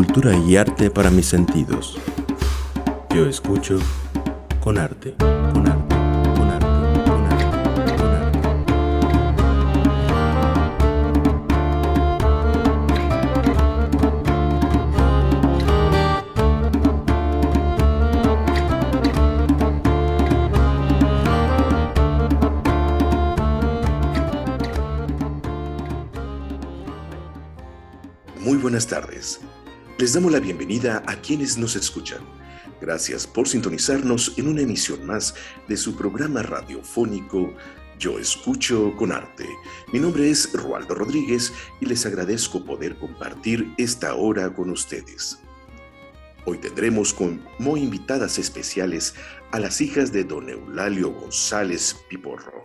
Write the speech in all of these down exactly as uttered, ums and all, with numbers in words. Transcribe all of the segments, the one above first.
cultura y arte para mis sentidos. Yo escucho con arte, con arte, con arte, con arte, con arte. Muy buenas tardes. Les damos la bienvenida a quienes nos escuchan. Gracias por sintonizarnos en una emisión más de su programa radiofónico Yo Escucho con Arte. Mi nombre es Rualdo Rodríguez y les agradezco poder compartir esta hora con ustedes. Hoy tendremos como invitadas especiales a las hijas de don Eulalio González Piporro,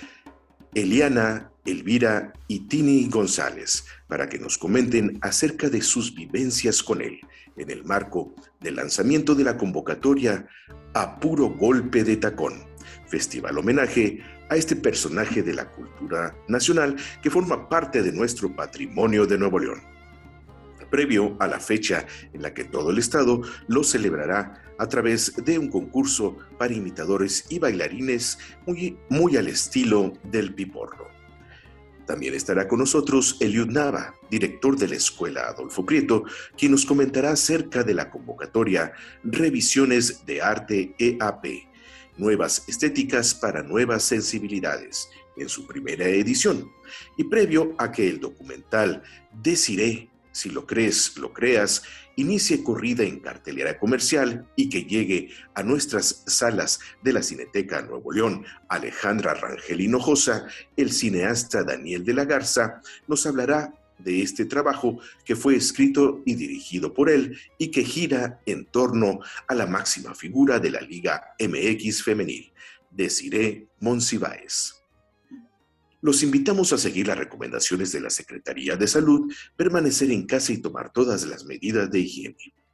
Eliana, Elvira y Tini González, para que nos comenten acerca de sus vivencias con él en el marco del lanzamiento de la convocatoria A Puro Golpe de Tacón, festival homenaje a este personaje de la cultura nacional que forma parte de nuestro patrimonio de Nuevo León. Previo a la fecha en la que todo el estado lo celebrará a través de un concurso para imitadores y bailarines muy, muy al estilo del Piporro. También estará con nosotros Eliud Nava, director de la Escuela Adolfo Prieto, quien nos comentará acerca de la convocatoria Revisiones de Arte E A P, Nuevas Estéticas para Nuevas Sensibilidades, en su primera edición. Y previo a que el documental Deciré, si lo crees, lo creas, inicie corrida en cartelera comercial y que llegue a nuestras salas de la Cineteca Nuevo León, Alejandra Rangel Hinojosa, el cineasta Daniel de la Garza, nos hablará de este trabajo que fue escrito y dirigido por él y que gira en torno a la máxima figura de la Liga M X femenil, Desiree Monsiváis. Los invitamos a seguir las recomendaciones de la Secretaría de Salud, permanecer en casa y tomar todas las medidas de higiene.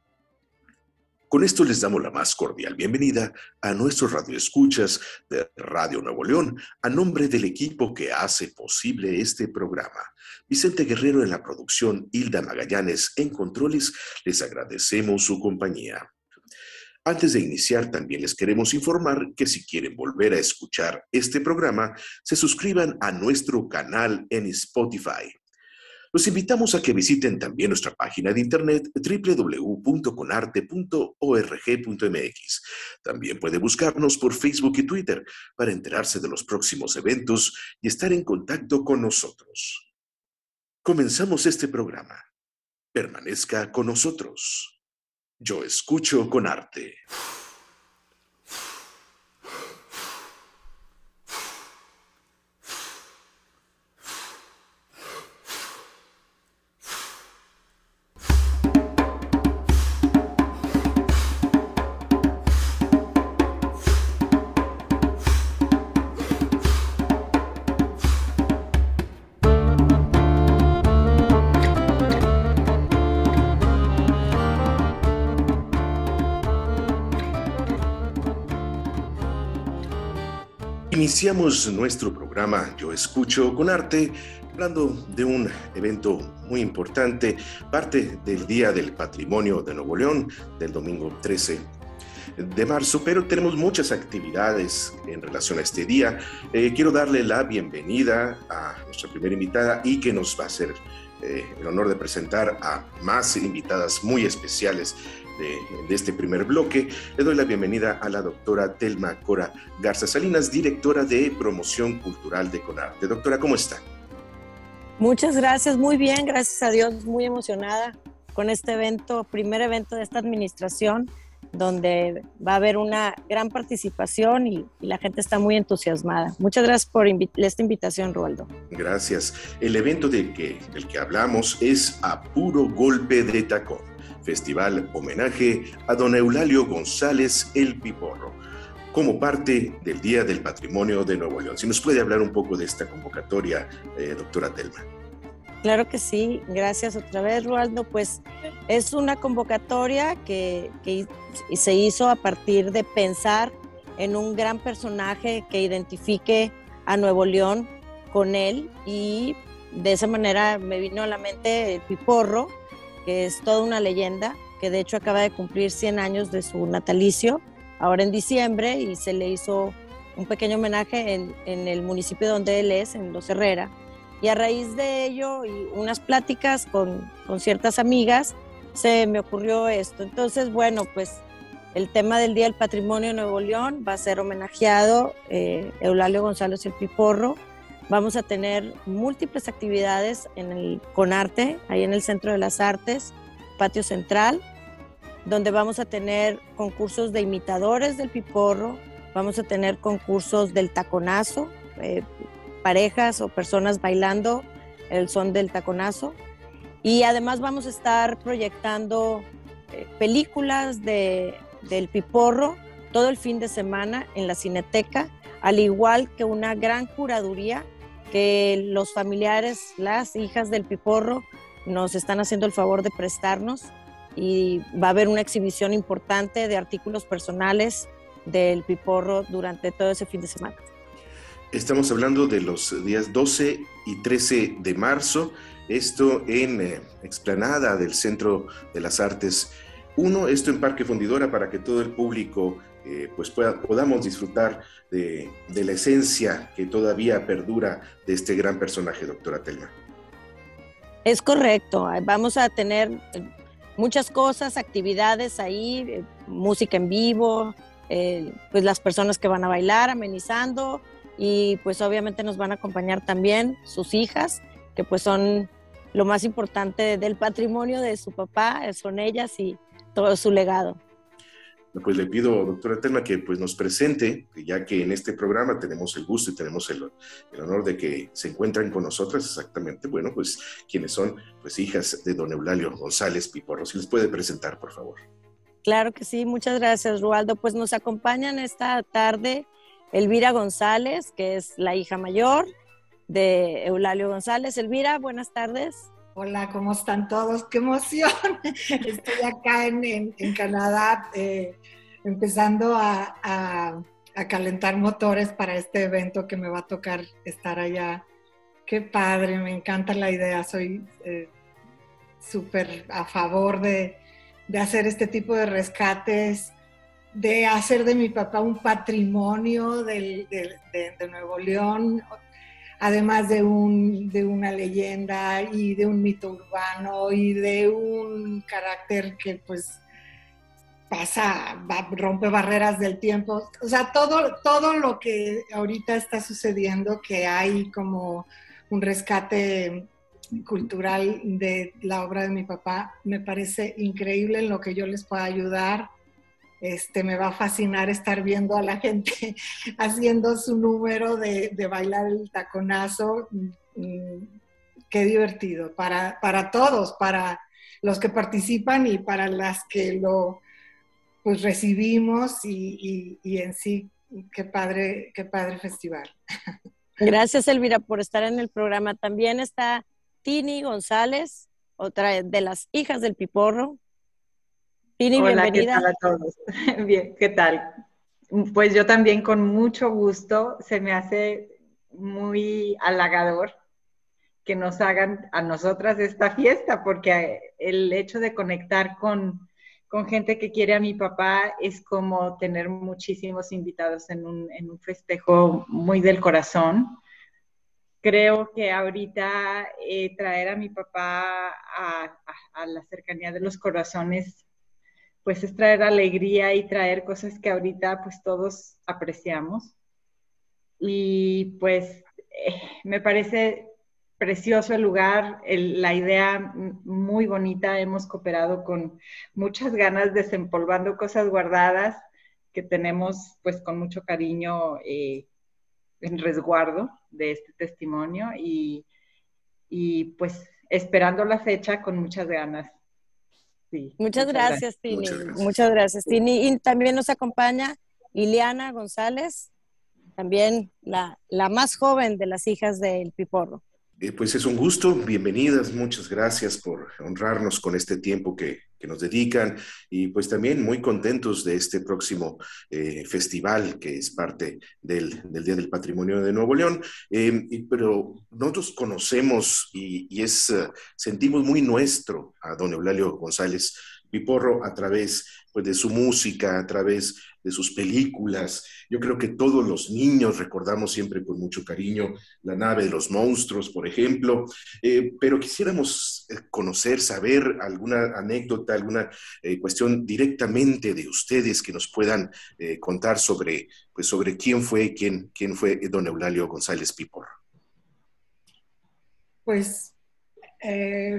Con esto les damos la más cordial bienvenida a nuestros radioescuchas de Radio Nuevo León, a nombre del equipo que hace posible este programa. Vicente Guerrero en la producción, Hilda Magallanes en controles, les agradecemos su compañía. Antes de iniciar, también les queremos informar que si quieren volver a escuchar este programa, se suscriban a nuestro canal en Spotify. Los invitamos a que visiten también nuestra página de internet doble u doble u doble u punto conarte punto org punto m x. También puede buscarnos por Facebook y Twitter para enterarse de los próximos eventos y estar en contacto con nosotros. Comenzamos este programa. Permanezca con nosotros. Yo escucho con arte. Iniciamos nuestro programa Yo Escucho con Arte, hablando de un evento muy importante, parte del Día del Patrimonio de Nuevo León, del domingo trece de marzo, pero tenemos muchas actividades en relación a este día. Eh, quiero darle la bienvenida a nuestra primera invitada y que nos va a hacer eh, el honor de presentar a más invitadas muy especiales De, de este primer bloque. Le doy la bienvenida a la doctora Telma Cora Garza Salinas, directora de Promoción Cultural de CONARTE. Doctora, ¿cómo está? Muchas gracias, muy bien, gracias a Dios, muy emocionada con este evento, primer evento de esta administración, donde va a haber una gran participación y, y la gente está muy entusiasmada. Muchas gracias por invi- esta invitación, Rualdo. Gracias. El evento del que, del que hablamos es A Puro Golpe de Tacón, festival homenaje a don Eulalio González el Piporro, como parte del Día del Patrimonio de Nuevo León. Si nos puede hablar un poco de esta convocatoria, eh, doctora Telma. Claro que sí, gracias otra vez, Rualdo. Pues es una convocatoria que, que se hizo a partir de pensar en un gran personaje que identifique a Nuevo León con él, y de esa manera me vino a la mente el Piporro, que es toda una leyenda, que de hecho acaba de cumplir cien años de su natalicio, ahora en diciembre, y se le hizo un pequeño homenaje en, en el municipio donde él es, en Los Herrera. Y a raíz de ello y unas pláticas con, con ciertas amigas, se me ocurrió esto. Entonces, bueno, pues el tema del Día del Patrimonio de Nuevo León va a ser homenajeado, eh, Eulalio González el Piporro. Vamos a tener múltiples actividades en el Conarte, ahí en el Centro de las Artes, Patio Central, donde vamos a tener concursos de imitadores del Piporro, vamos a tener concursos del taconazo, eh, parejas o personas bailando el son del taconazo, y además vamos a estar proyectando eh, películas de, del Piporro todo el fin de semana en la Cineteca, al igual que una gran curaduría que los familiares, las hijas del Piporro nos están haciendo el favor de prestarnos, y va a haber una exhibición importante de artículos personales del Piporro durante todo ese fin de semana. Estamos hablando de los días doce y trece de marzo, esto en eh, explanada del Centro de las Artes uno, esto en Parque Fundidora, para que todo el público eh, pues pueda, podamos disfrutar de, de la esencia que todavía perdura de este gran personaje, doctora Telma. Es correcto, vamos a tener muchas cosas, actividades ahí, música en vivo, eh, pues las personas que van a bailar amenizando, y pues obviamente nos van a acompañar también sus hijas, que pues son lo más importante del patrimonio de su papá, son ellas y todo su legado. Pues le pido, doctora Telma, que pues nos presente, ya que en este programa tenemos el gusto y tenemos el, el honor de que se encuentran con nosotras exactamente, bueno, pues quienes son pues hijas de don Eulalio González Piporro. Si les puede presentar, por favor. Claro que sí, muchas gracias, Rualdo. Pues nos acompañan esta tarde Elvira González, que es la hija mayor de Eulalio González. Elvira, buenas tardes. Hola, ¿cómo están todos? ¡Qué emoción! Estoy acá en, en, en Canadá eh, empezando a, a, a calentar motores para este evento que me va a tocar estar allá. ¡Qué padre! Me encanta la idea. Soy eh, súper a favor de, de hacer este tipo de rescates, de hacer de mi papá un patrimonio del, del, de, de Nuevo León, además de, un, de una leyenda y de un mito urbano y de un carácter que pues pasa, va, rompe barreras del tiempo. O sea, todo, todo lo que ahorita está sucediendo, que hay como un rescate cultural de la obra de mi papá, me parece increíble en lo que yo les pueda ayudar. Este, me va a fascinar estar viendo a la gente haciendo su número de, de bailar el taconazo. Qué divertido para, para todos, para los que participan y para las que lo pues, recibimos y, y, y en sí, qué padre, qué padre festival. Gracias, Elvira, por estar en el programa. También está Tini González, otra de las hijas del Piporro. Tini, hola, bienvenida. ¿qué tal a todos? Bien, ¿qué tal? Pues yo también con mucho gusto, se me hace muy halagador que nos hagan a nosotras esta fiesta, porque el hecho de conectar con, con gente que quiere a mi papá es como tener muchísimos invitados en un, en un festejo muy del corazón. Creo que ahorita eh, traer a mi papá a, a, a la cercanía de los corazones pues es traer alegría y traer cosas que ahorita pues todos apreciamos. Y pues eh, me parece precioso el lugar, el, la idea muy bonita, hemos cooperado con muchas ganas desempolvando cosas guardadas que tenemos pues con mucho cariño eh, en resguardo de este testimonio y, y pues esperando la fecha con muchas ganas. Sí, muchas, muchas gracias, gracias, Tini. Muchas gracias. Muchas gracias, Tini. Y también nos acompaña Ileana González, también la, la más joven de las hijas del Piporro. Eh, pues es un gusto, bienvenidas, muchas gracias por honrarnos con este tiempo que, que nos dedican, y pues también muy contentos de este próximo eh, festival que es parte del, del Día del Patrimonio de Nuevo León. Eh, y, pero nosotros conocemos y, y es, uh, sentimos muy nuestro a don Eulalio González Piporro a través pues, de su música, a través de sus películas. Yo creo que todos los niños recordamos siempre con mucho cariño La nave de los monstruos, por ejemplo, eh, pero quisiéramos conocer, saber alguna anécdota, alguna eh, cuestión directamente de ustedes que nos puedan eh, contar sobre, pues, sobre quién fue, quién, quién fue don Eulalio González Piporro. Pues eh,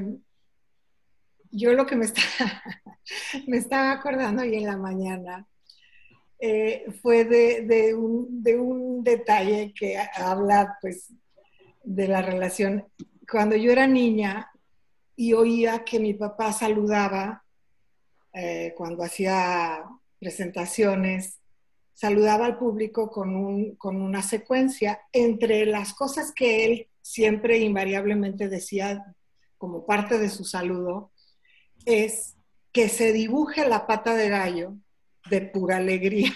yo lo que me, está, me estaba acordando hoy en la mañana eh, fue de, de, un, de un detalle que habla pues de la relación. Cuando yo era niña y oía que mi papá saludaba eh, cuando hacía presentaciones, saludaba al público con, un, con una secuencia. Entre las cosas que él siempre invariablemente decía como parte de su saludo, es que se dibuje la pata de gallo de pura alegría.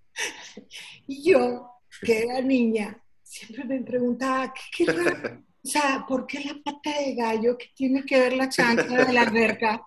Y yo, que era niña, siempre me preguntaba, ¿qué, qué raro? O sea, ¿por qué la pata de gallo? ¿Qué tiene que ver la chancla de la alberca?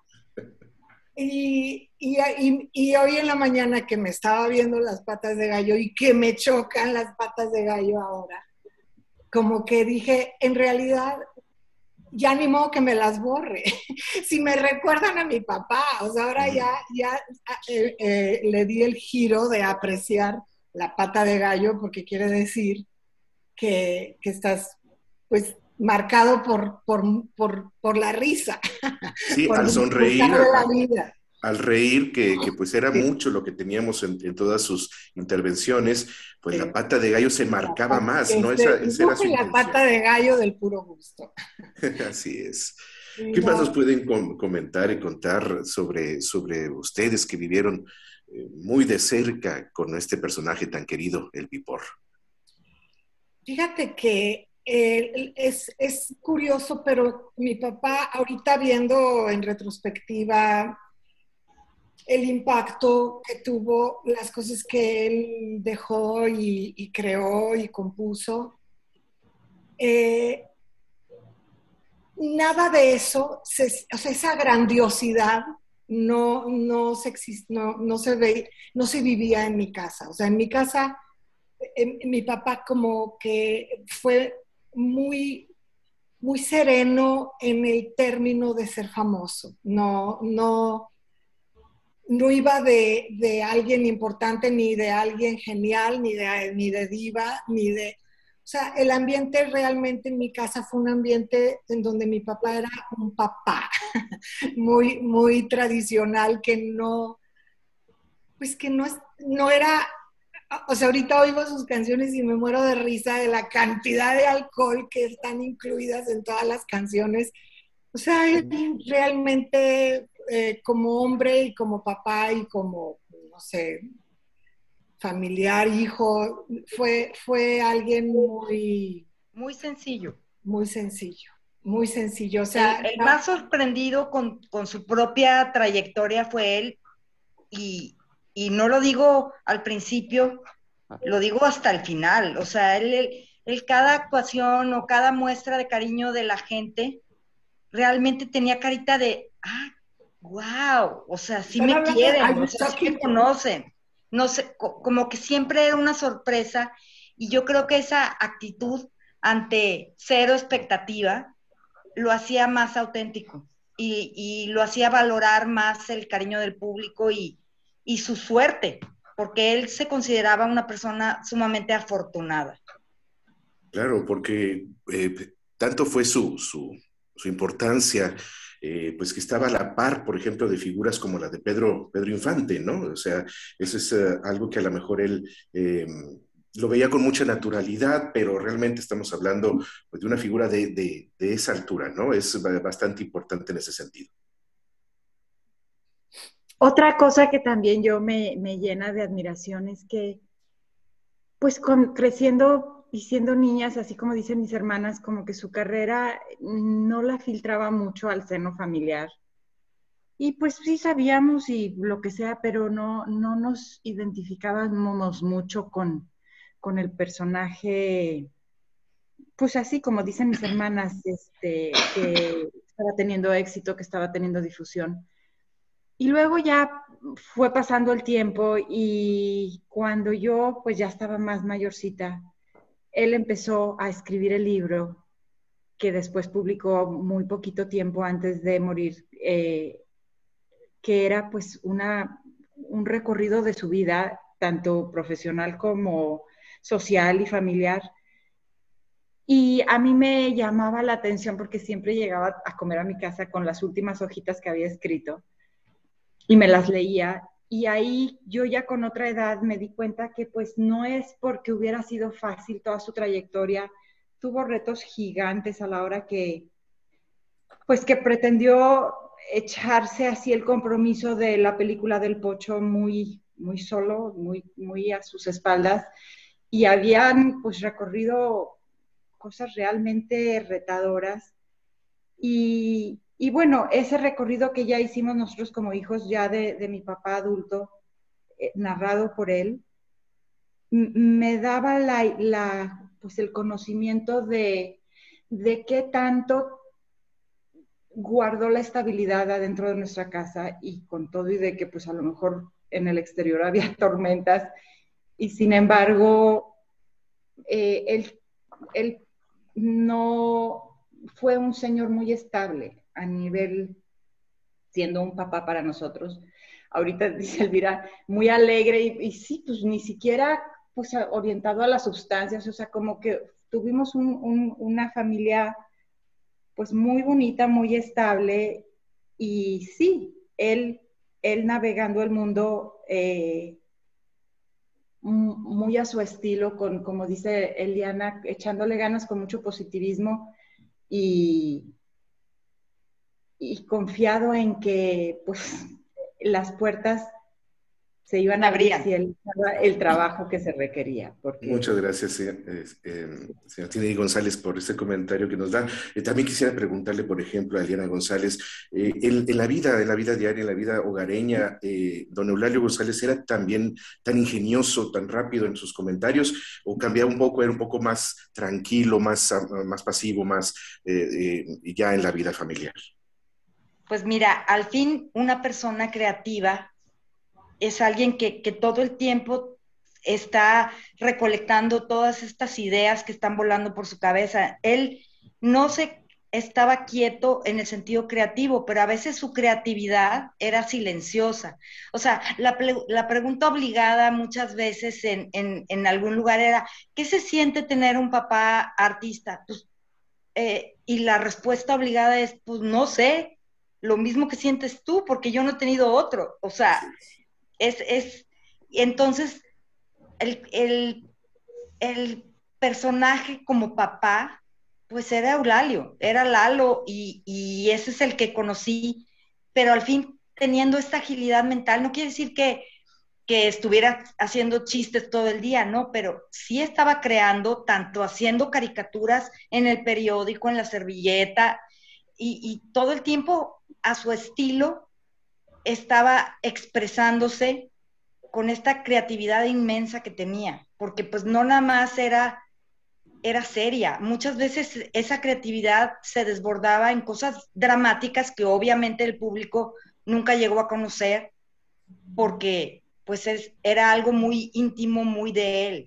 Y, y, y, y hoy en la mañana que me estaba viendo las patas de gallo y que me chocan las patas de gallo ahora, como que dije, en realidad, ya ni modo que me las borre. Si me recuerdan a mi papá, o sea, ahora ya, ya eh, eh, le di el giro de apreciar la pata de gallo, porque quiere decir que, que estás, pues, marcado por, por, por, por la risa. Sí, por al sonreír, de la vida. Al reír, que, que pues era sí. mucho lo que teníamos en, en todas sus intervenciones, pues sí. La pata de gallo se marcaba más, este, ¿no? Esa, esa era su la intención. Pata de gallo del puro gusto. Así es. Sí, ¿Qué no. más nos pueden com comentar y contar sobre, sobre ustedes que vivieron eh, muy de cerca con este personaje tan querido, el Piporro? Fíjate que eh, es, es curioso, pero mi papá, ahorita viendo en retrospectiva el impacto que tuvo, las cosas que él dejó y, y creó y compuso, eh, nada de eso, se, o sea, esa grandiosidad no, no, se exist, no, no, se ve, no se vivía en mi casa. O sea, en mi casa, en, en mi papá como que fue muy, muy sereno en el término de ser famoso. No, no, no iba de, de alguien importante, ni de alguien genial, ni de, ni de diva, ni de... O sea, el ambiente realmente en mi casa fue un ambiente en donde mi papá era un papá, muy, muy tradicional, que no, pues que no, no era, o sea, ahorita oigo sus canciones y me muero de risa de la cantidad de alcohol que están incluidas en todas las canciones. O sea, realmente eh, como hombre y como papá y como, no sé, familiar, hijo, fue, fue alguien muy... Muy sencillo. Muy sencillo, muy sencillo. O sea, el, el más sorprendido con, con su propia trayectoria fue él, y, y no lo digo al principio, lo digo hasta el final. O sea, él, él, él cada actuación o cada muestra de cariño de la gente, realmente tenía carita de, ah, wow, o sea, sí me quieren, o sea, sí me conocen. No sé, como que siempre era una sorpresa, y yo creo que esa actitud ante cero expectativa lo hacía más auténtico y, y lo hacía valorar más el cariño del público y, y su suerte, porque él se consideraba una persona sumamente afortunada. Claro, porque eh, tanto fue su, su, su importancia, Eh, pues que estaba a la par, por ejemplo, de figuras como la de Pedro, Pedro Infante, ¿no? O sea, eso es uh, algo que a lo mejor él eh, lo veía con mucha naturalidad, pero realmente estamos hablando pues, de una figura de, de, de esa altura, ¿no? Es bastante importante en ese sentido. Otra cosa que también yo me, me llena de admiración es que, pues con, creciendo y siendo niñas, así como dicen mis hermanas, como que su carrera no la filtraba mucho al seno familiar. Y pues sí sabíamos y lo que sea, pero no, no nos identificábamos mucho con, con el personaje, pues así como dicen mis hermanas, este, que estaba teniendo éxito, que estaba teniendo difusión. Y luego ya fue pasando el tiempo y cuando yo pues ya estaba más mayorcita, él empezó a escribir el libro que después publicó muy poquito tiempo antes de morir, eh, que era pues una, un recorrido de su vida, tanto profesional como social y familiar. Y a mí me llamaba la atención porque siempre llegaba a comer a mi casa con las últimas hojitas que había escrito y me las leía. Y ahí yo ya con otra edad me di cuenta que pues no es porque hubiera sido fácil toda su trayectoria. Tuvo retos gigantes a la hora que, pues que pretendió echarse así el compromiso de la película del Pocho muy, muy solo, muy, muy a sus espaldas. Y habían pues recorrido cosas realmente retadoras. Y, y bueno, ese recorrido que ya hicimos nosotros como hijos ya de, de mi papá adulto, eh, narrado por él, me daba la, la, pues el conocimiento de, de qué tanto guardó la estabilidad adentro de nuestra casa y con todo y de que pues a lo mejor en el exterior había tormentas y sin embargo eh, él, él no fue un señor muy estable a nivel, siendo un papá para nosotros. Ahorita dice Elvira, muy alegre y, y sí, pues ni siquiera pues, orientado a las sustancias, o sea, como que tuvimos un, un, una familia pues muy bonita, muy estable y sí, él, él navegando el mundo eh, muy a su estilo, con, como dice Eliana, echándole ganas con mucho positivismo y, y confiado en que pues las puertas se iban a abrir si él daba el trabajo que se requería. Porque... Muchas gracias, eh, eh, señora Tini González, por este comentario que nos da. Eh, también quisiera preguntarle, por ejemplo, a Eliana González, eh, en, en la vida, en la vida diaria, en la vida hogareña, eh, don Eulalio González era también tan ingenioso, tan rápido en sus comentarios, o cambiaba un poco, era un poco más tranquilo, más, más pasivo, más eh, eh, ya en la vida familiar. Pues mira, al fin una persona creativa es alguien que, que todo el tiempo está recolectando todas estas ideas que están volando por su cabeza. Él no se estaba quieto en el sentido creativo, pero a veces su creatividad era silenciosa. O sea, la, la pregunta obligada muchas veces en, en, en algún lugar era, ¿qué se siente tener un papá artista? Pues, eh, y la respuesta obligada es, pues no sé, lo mismo que sientes tú, porque yo no he tenido otro. O sea, es, es entonces el, el, el personaje como papá, pues era Eulalio, era Lalo, y, y ese es el que conocí, pero al fin teniendo esta agilidad mental, no quiere decir que, que estuviera haciendo chistes todo el día, ¿no? Pero sí estaba creando, tanto haciendo caricaturas en el periódico, en la servilleta, y, y todo el tiempo a su estilo estaba expresándose con esta creatividad inmensa que tenía, porque pues no nada más era, era seria, muchas veces esa creatividad se desbordaba en cosas dramáticas que obviamente el público nunca llegó a conocer, porque pues es, era algo muy íntimo, muy de él.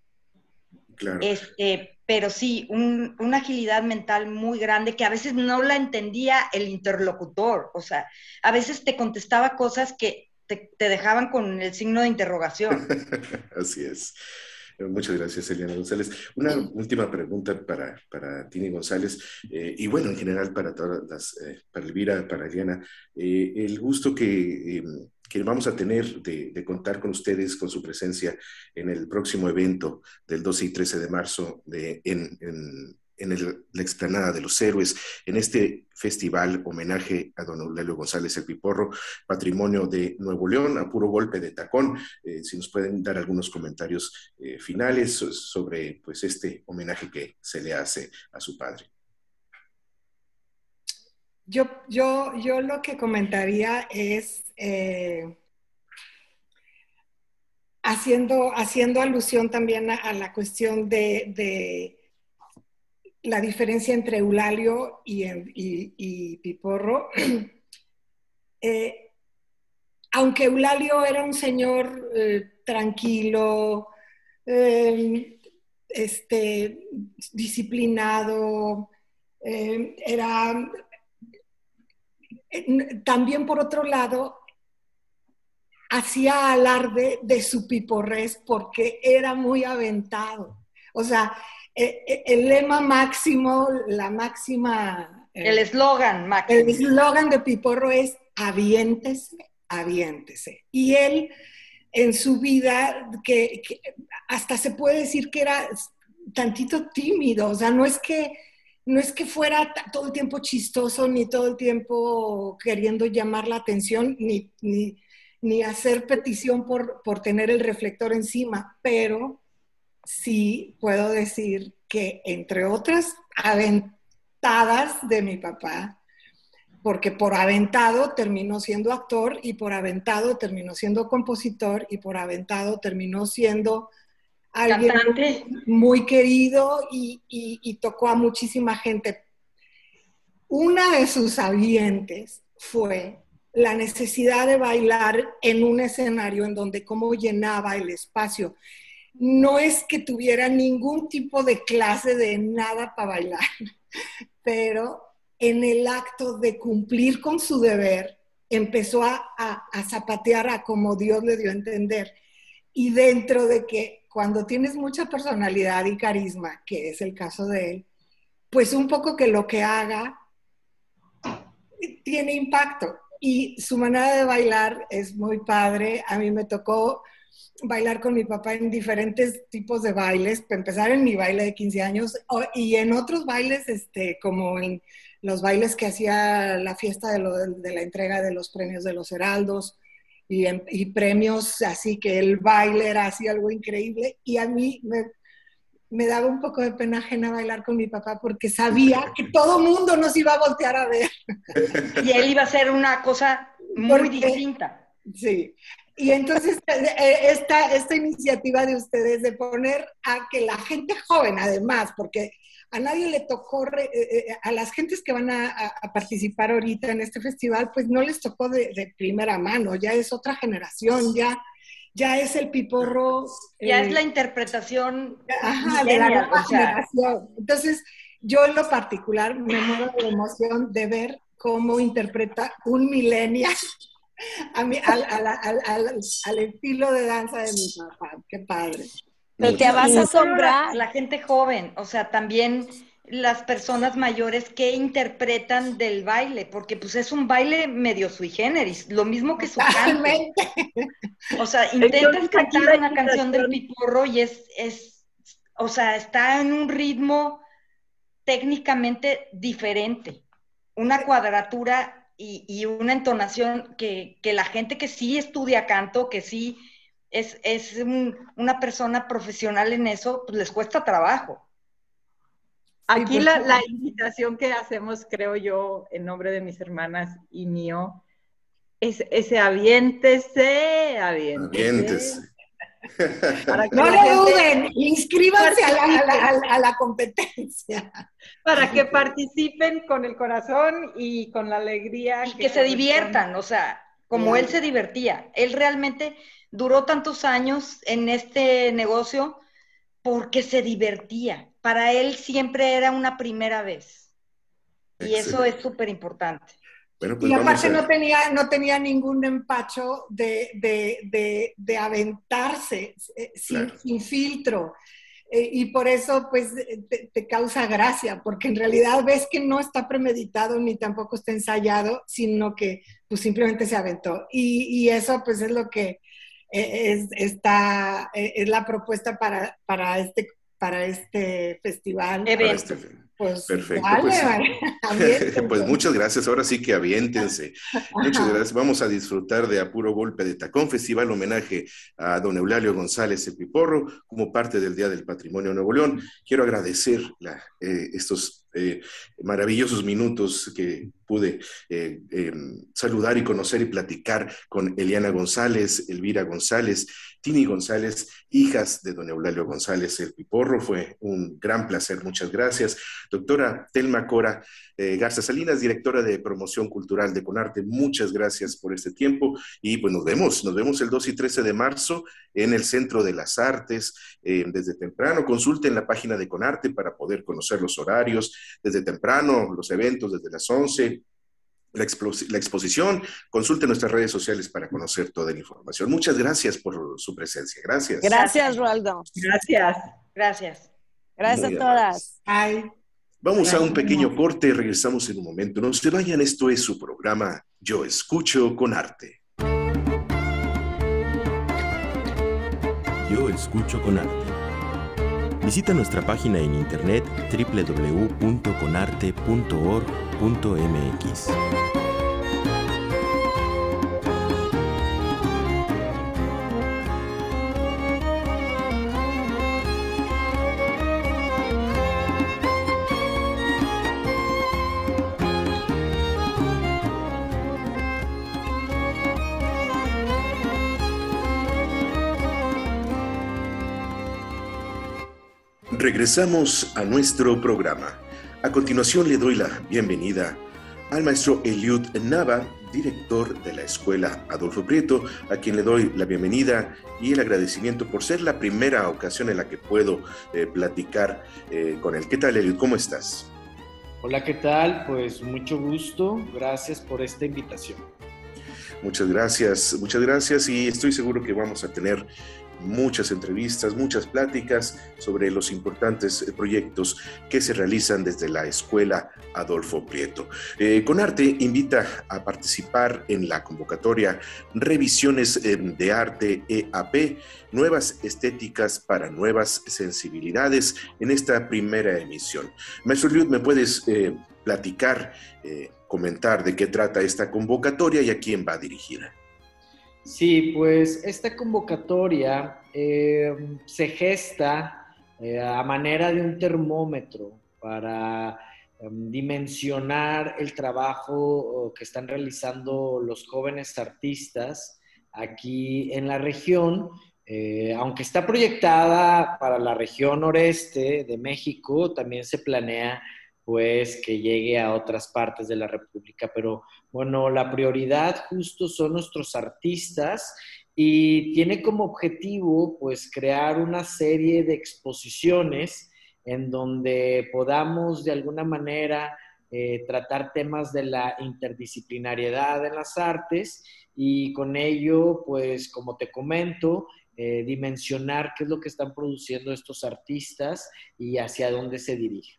Claro. Este, pero sí, un, una agilidad mental muy grande que a veces no la entendía el interlocutor, o sea, a veces te contestaba cosas que te, te dejaban con el signo de interrogación. Así es. Muchas gracias, Eliana González. Una última pregunta para, para Tini González, eh, y bueno, en general para todas las, eh, para Elvira, para Eliana, eh, el gusto que, eh, que vamos a tener de, de contar con ustedes, con su presencia en el próximo evento del doce y trece de marzo de, en, en, en el, la explanada de los héroes, en este festival homenaje a don Eulalio González el Piporro, patrimonio de Nuevo León, a puro golpe de tacón. Eh, si nos pueden dar algunos comentarios eh, finales sobre pues, este homenaje que se le hace a su padre. Yo, yo, yo lo que comentaría es, eh, haciendo, haciendo alusión también a, a la cuestión de, de la diferencia entre Eulalio y, y, y Piporro. eh, aunque Eulalio era un señor eh, tranquilo, eh, este, disciplinado, eh, era... Eh, también por otro lado, hacía alarde de su piporrés porque era muy aventado. O sea, eh, el lema máximo, la máxima... Eh, el eslogan máximo. El eslogan de Piporro es aviéntese, aviéntese. Y él, en su vida, que, que hasta se puede decir que era tantito tímido, o sea, no es que, no es que fuera todo el tiempo chistoso, ni todo el tiempo queriendo llamar la atención, ni... ni ni hacer petición por, por tener el reflector encima, pero sí puedo decir que, entre otras aventadas de mi papá, porque por aventado terminó siendo actor y por aventado terminó siendo compositor y por aventado terminó siendo alguien muy, muy querido y, y, y tocó a muchísima gente. Una de sus avientes fue la necesidad de bailar en un escenario en donde cómo llenaba el espacio. No es que tuviera ningún tipo de clase de nada para bailar, pero en el acto de cumplir con su deber, empezó a, a, a zapatear a como Dios le dio a entender. Y dentro de que cuando tienes mucha personalidad y carisma, que es el caso de él, pues un poco que lo que haga tiene impacto. Y su manera de bailar es muy padre. A mí me tocó bailar con mi papá en diferentes tipos de bailes, para empezar en mi baile de quince años y en otros bailes, este, como en los bailes que hacía la fiesta de, lo, de la entrega de los premios de los Heraldos y, en, y premios, así que el baile era así algo increíble. Y a mí me, me daba un poco de pena ajena bailar con mi papá porque sabía que todo mundo nos iba a voltear a ver. Y él iba a hacer una cosa muy porque, distinta. Sí. Y entonces esta, esta iniciativa de ustedes de poner a que la gente joven, además, porque a nadie le tocó, a las gentes que van a, a participar ahorita en este festival, pues no les tocó de, de primera mano, ya es otra generación, ya... ya es el piporro... Ya eh, es la interpretación ajá, de la nueva o sea. generación. Entonces, yo en lo particular me muero de emoción de ver cómo interpreta un millennial a mi, al, al, al, al, al estilo de danza de mi papá. Qué padre. Pero te vas a asombrar. La, la gente joven, o sea, también las personas mayores que interpretan del baile, porque pues es un baile medio sui generis, lo mismo que su canto. O sea, intentas cantar una canción del Piporro y es, es, o sea, está en un ritmo técnicamente diferente, una cuadratura y, y una entonación que, que la gente que sí estudia canto, que sí es, es un, una persona profesional en eso, pues les cuesta trabajo. Aquí la, la invitación que hacemos, creo yo, en nombre de mis hermanas y mío, es ese aviéntese, aviéntese. Aviéntese. Para que no lo duden, inscríbanse a la, a, la, a la competencia. Para que participen con el corazón y con la alegría. Y que, que se diviertan, o sea, como sí. Él se divertía. Él realmente duró tantos años en este negocio porque se divertía. Para él siempre era una primera vez. Y excelente. Eso es súper importante. Bueno, pues y aparte a... no, tenía, no tenía ningún empacho de, de, de, de aventarse eh, sin, claro. sin filtro. Eh, y por eso pues te, te causa gracia, porque en realidad ves que no está premeditado ni tampoco está ensayado, sino que pues simplemente se aventó. Y, y eso pues es lo que eh, es, está, eh, es la propuesta para, para este para este festival. Evento. Pues, perfecto. Vale, pues, vale. Pues muchas gracias. Ahora sí que aviéntense. Muchas gracias. Vamos a disfrutar de A Puro Golpe de Tacón, festival homenaje a don Eulalio González el Piporro, como parte del Día del Patrimonio Nuevo León. Quiero agradecer la, eh, estos eh, maravillosos minutos que pude eh, eh, saludar y conocer y platicar con Eliana González, Elvira González, Tini González, hijas de don Eulalio González el Piporro. Fue un gran placer, muchas gracias. Doctora Telma Cora eh, Garza Salinas, directora de Promoción Cultural de CONARTE, muchas gracias por este tiempo y pues nos vemos, nos vemos el dos y trece de marzo en el Centro de las Artes, eh, desde temprano. Consulten la página de CONARTE para poder conocer los horarios, desde temprano, los eventos desde las once, la, expo la exposición. Consulten nuestras redes sociales para conocer toda la información. Muchas gracias por su presencia. Gracias. Gracias, Roaldo. Gracias. Gracias. Gracias Muy a todas. Ay, Vamos a un pequeño corte, regresamos en un momento. No se vayan, esto es su programa Yo Escucho con Arte. Yo Escucho con Arte. Visita nuestra página en internet doble u doble u doble u punto conarte punto org punto m x. Regresamos a nuestro programa. A continuación le doy la bienvenida al maestro Eliud Nava, director de la Escuela Adolfo Prieto, a quien le doy la bienvenida y el agradecimiento por ser la primera ocasión en la que puedo eh, platicar eh, con él. ¿Qué tal, Eliud? ¿Cómo estás? Hola, ¿qué tal? Pues mucho gusto. Gracias por esta invitación. Muchas gracias, muchas gracias y estoy seguro que vamos a tener muchas entrevistas, muchas pláticas sobre los importantes proyectos que se realizan desde la Escuela Adolfo Prieto. Eh, CONARTE invita a participar en la convocatoria Revisiones de Arte E A P, Nuevas Estéticas para Nuevas Sensibilidades, en esta primera emisión. Maestro Eliud, ¿me puedes eh, platicar, eh, comentar de qué trata esta convocatoria y a quién va dirigida? Sí, pues esta convocatoria eh, se gesta eh, a manera de un termómetro para eh, dimensionar el trabajo que están realizando los jóvenes artistas aquí en la región. Eh, aunque está proyectada para la región noreste de México, también se planea pues que llegue a otras partes de la República, pero bueno, la prioridad justo son nuestros artistas y tiene como objetivo pues crear una serie de exposiciones en donde podamos de alguna manera eh, tratar temas de la interdisciplinariedad en las artes y con ello pues como te comento, eh, dimensionar qué es lo que están produciendo estos artistas y hacia dónde se dirigen.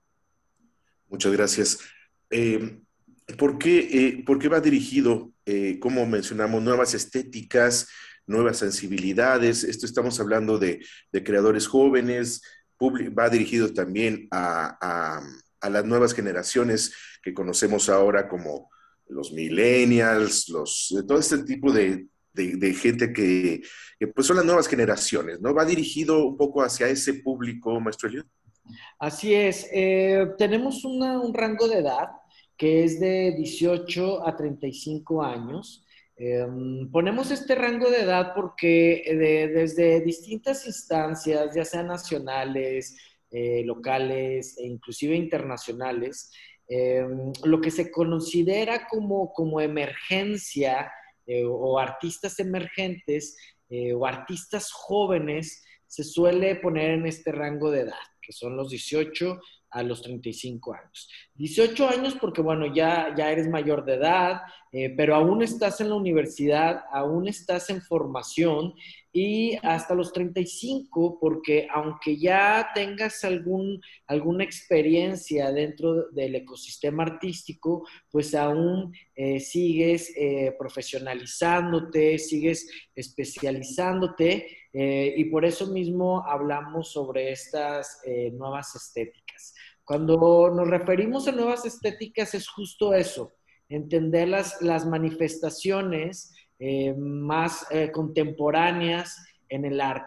Muchas gracias. Eh, ¿por qué, eh, ¿Por qué va dirigido, eh, como mencionamos, nuevas estéticas, nuevas sensibilidades? Esto estamos hablando de, de creadores jóvenes, va dirigido también a, a, a las nuevas generaciones que conocemos ahora como los millennials, los, todo este tipo de, de, de gente que, que pues son las nuevas generaciones, ¿no? ¿Va dirigido un poco hacia ese público, maestro Eliud? Así es, eh, tenemos una, un rango de edad que es de dieciocho a treinta y cinco años. Eh, ponemos este rango de edad porque de, desde distintas instancias, ya sean nacionales, eh, locales e inclusive internacionales, eh, lo que se considera como, como emergencia eh, o artistas emergentes eh, o artistas jóvenes se suele poner en este rango de edad, que son los dieciocho a los treinta y cinco años. dieciocho años porque, bueno, ya, ya eres mayor de edad, eh, pero aún estás en la universidad, aún estás en formación, y hasta los treinta y cinco porque aunque ya tengas algún, alguna experiencia dentro del ecosistema artístico, pues aún eh, sigues eh, profesionalizándote, sigues especializándote, eh, y por eso mismo hablamos sobre estas eh, nuevas estéticas. Cuando nos referimos a nuevas estéticas es justo eso, entender las, las manifestaciones eh, más eh, contemporáneas en el arte.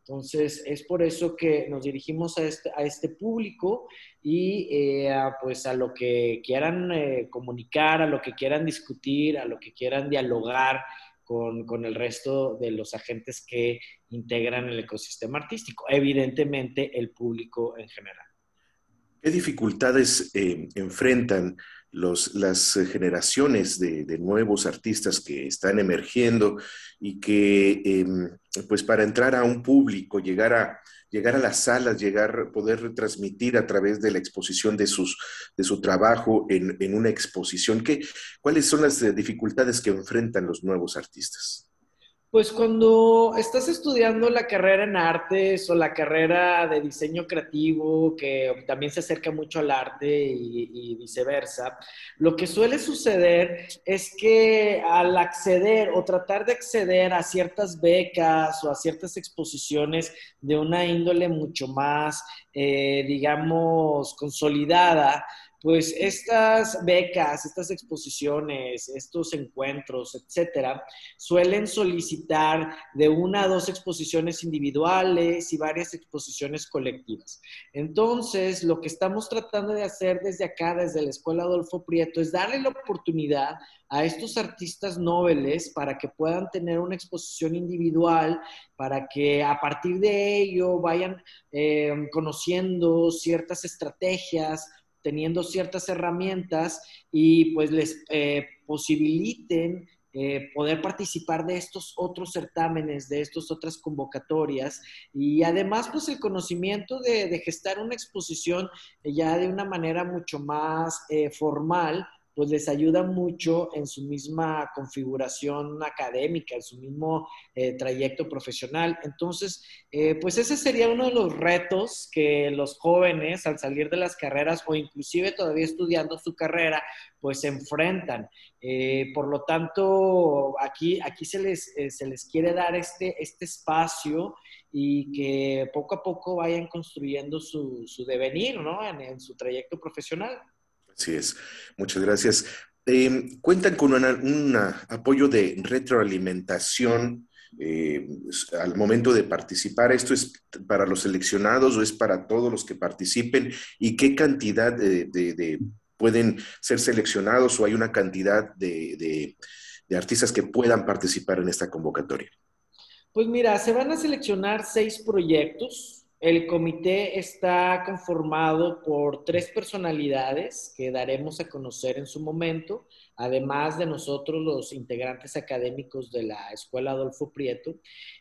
Entonces, es por eso que nos dirigimos a este, a este público y eh, a, pues a lo que quieran eh, comunicar, a lo que quieran discutir, a lo que quieran dialogar con, con el resto de los agentes que integran el ecosistema artístico. Evidentemente, el público en general. ¿Qué dificultades eh, enfrentan los, las generaciones de, de nuevos artistas que están emergiendo y que, eh, pues para entrar a un público, llegar a, llegar a las salas, llegar, poder transmitir a través de la exposición de, sus, de su trabajo en, en una exposición? ¿Qué, ¿Cuáles son las dificultades que enfrentan los nuevos artistas? Pues cuando estás estudiando la carrera en artes o la carrera de diseño creativo, que también se acerca mucho al arte y, y viceversa, lo que suele suceder es que al acceder o tratar de acceder a ciertas becas o a ciertas exposiciones de una índole mucho más, eh, digamos, consolidada, pues estas becas, estas exposiciones, estos encuentros, etcétera, suelen solicitar de una a dos exposiciones individuales y varias exposiciones colectivas. Entonces, lo que estamos tratando de hacer desde acá, desde la Escuela Adolfo Prieto, es darle la oportunidad a estos artistas nobles para que puedan tener una exposición individual, para que a partir de ello vayan eh, conociendo ciertas estrategias, teniendo ciertas herramientas y pues les eh, posibiliten eh, poder participar de estos otros certámenes, de estas otras convocatorias y además pues el conocimiento de, de gestar una exposición ya de una manera mucho más eh, formal, pues les ayuda mucho en su misma configuración académica, en su mismo eh, trayecto profesional. Entonces, eh, pues ese sería uno de los retos que los jóvenes al salir de las carreras o inclusive todavía estudiando su carrera, pues se enfrentan. Eh, por lo tanto, aquí, aquí se, les, eh, se les quiere dar este, este espacio y que poco a poco vayan construyendo su, su devenir, ¿no? En, en su trayecto profesional. Así es. Muchas gracias. Eh, ¿Cuentan con un apoyo de retroalimentación eh, al momento de participar? ¿Esto es para los seleccionados o es para todos los que participen? ¿Y qué cantidad de, de, de pueden ser seleccionados o hay una cantidad de, de, de artistas que puedan participar en esta convocatoria? Pues mira, se van a seleccionar seis proyectos. El comité está conformado por tres personalidades que daremos a conocer en su momento, además de nosotros los integrantes académicos de la Escuela Adolfo Prieto.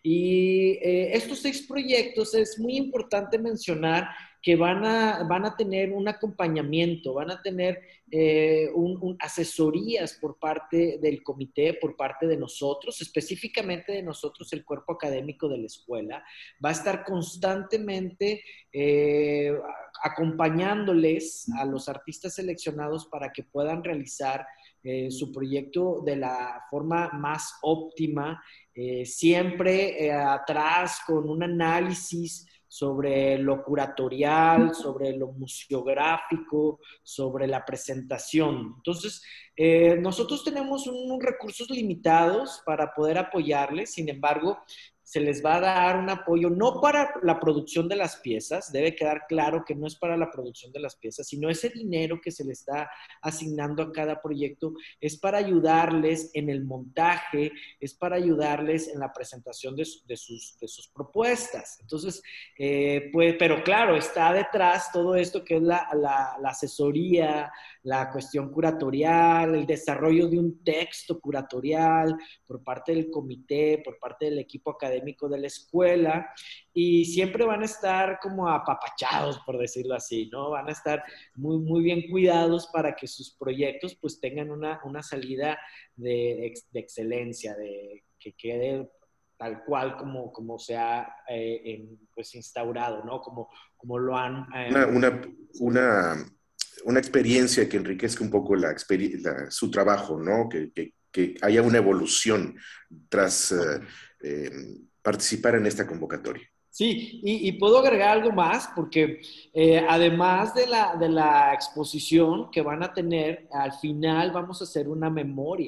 Y eh, estos seis proyectos es muy importante mencionar que van a, van a tener un acompañamiento, van a tener eh, un, un asesorías por parte del comité, por parte de nosotros, específicamente de nosotros, el cuerpo académico de la escuela. Va a estar constantemente eh, acompañándoles a los artistas seleccionados para que puedan realizar eh, su proyecto de la forma más óptima, eh, siempre eh, atrás con un análisis sobre lo curatorial, sobre lo museográfico, sobre la presentación. Entonces, eh, nosotros tenemos unos recursos limitados para poder apoyarles, sin embargo, se les va a dar un apoyo no para la producción de las piezas, debe quedar claro que no es para la producción de las piezas, sino ese dinero que se le está asignando a cada proyecto es para ayudarles en el montaje, es para ayudarles en la presentación de, de, sus, de sus propuestas. Entonces, eh, pues, pero claro, está detrás todo esto que es la, la, la asesoría, la cuestión curatorial, el desarrollo de un texto curatorial por parte del comité, por parte del equipo académico de la escuela, y siempre van a estar como apapachados, por decirlo así, ¿no? Van a estar muy, muy bien cuidados para que sus proyectos pues tengan una, una salida de, de excelencia, de que quede tal cual como, como se ha eh, en, pues instaurado, ¿no? Como, como lo han... Eh, una, una, una, una experiencia que enriquezca un poco la, la, su trabajo, ¿no? Que, que, que haya una evolución tras eh, eh, participar en esta convocatoria. Sí, y, y puedo agregar algo más, porque eh, además de la, de la exposición que van a tener, al final vamos a hacer una memoria.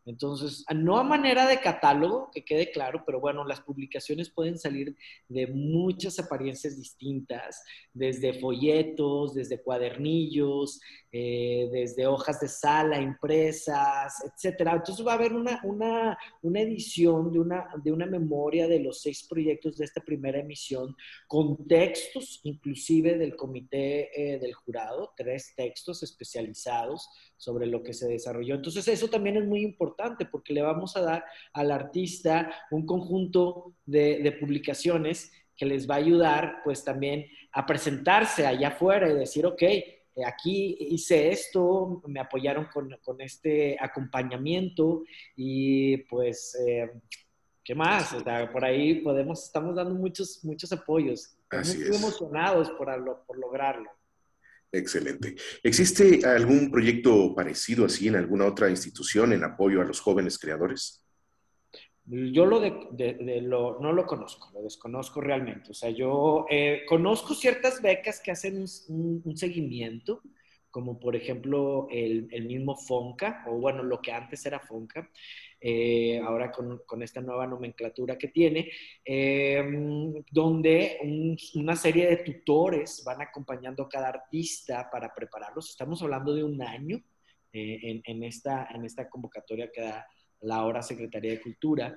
Entonces, no a manera de catálogo, que quede claro, pero bueno, las publicaciones pueden salir de muchas apariencias distintas, desde folletos, desde cuadernillos, eh, desde hojas de sala impresas, etcétera. Entonces va a haber una, una, una edición de una, de una memoria de los seis proyectos de esta primera emisión, con textos inclusive del comité eh, del jurado, tres textos especializados sobre lo que se desarrolló. Entonces eso también es muy importante porque le vamos a dar al artista un conjunto de, de publicaciones que les va a ayudar pues también a presentarse allá afuera y decir, ok, aquí hice esto, me apoyaron con, con este acompañamiento y pues, eh, ¿qué más? O sea, por ahí podemos, estamos dando muchos, muchos apoyos. Estamos muy emocionados por, por lograrlo. Excelente. ¿Existe algún proyecto parecido así en alguna otra institución en apoyo a los jóvenes creadores? Yo lo de, de, de lo, no lo conozco, lo desconozco realmente. O sea, yo eh, conozco ciertas becas que hacen un, un, un seguimiento, como por ejemplo el, el mismo FONCA, o bueno, lo que antes era FONCA, eh, ahora con, con esta nueva nomenclatura que tiene, eh, donde un, una serie de tutores van acompañando a cada artista para prepararlos. Estamos hablando de un año eh, en, en, esta, en esta convocatoria que da la ahora Secretaría de Cultura.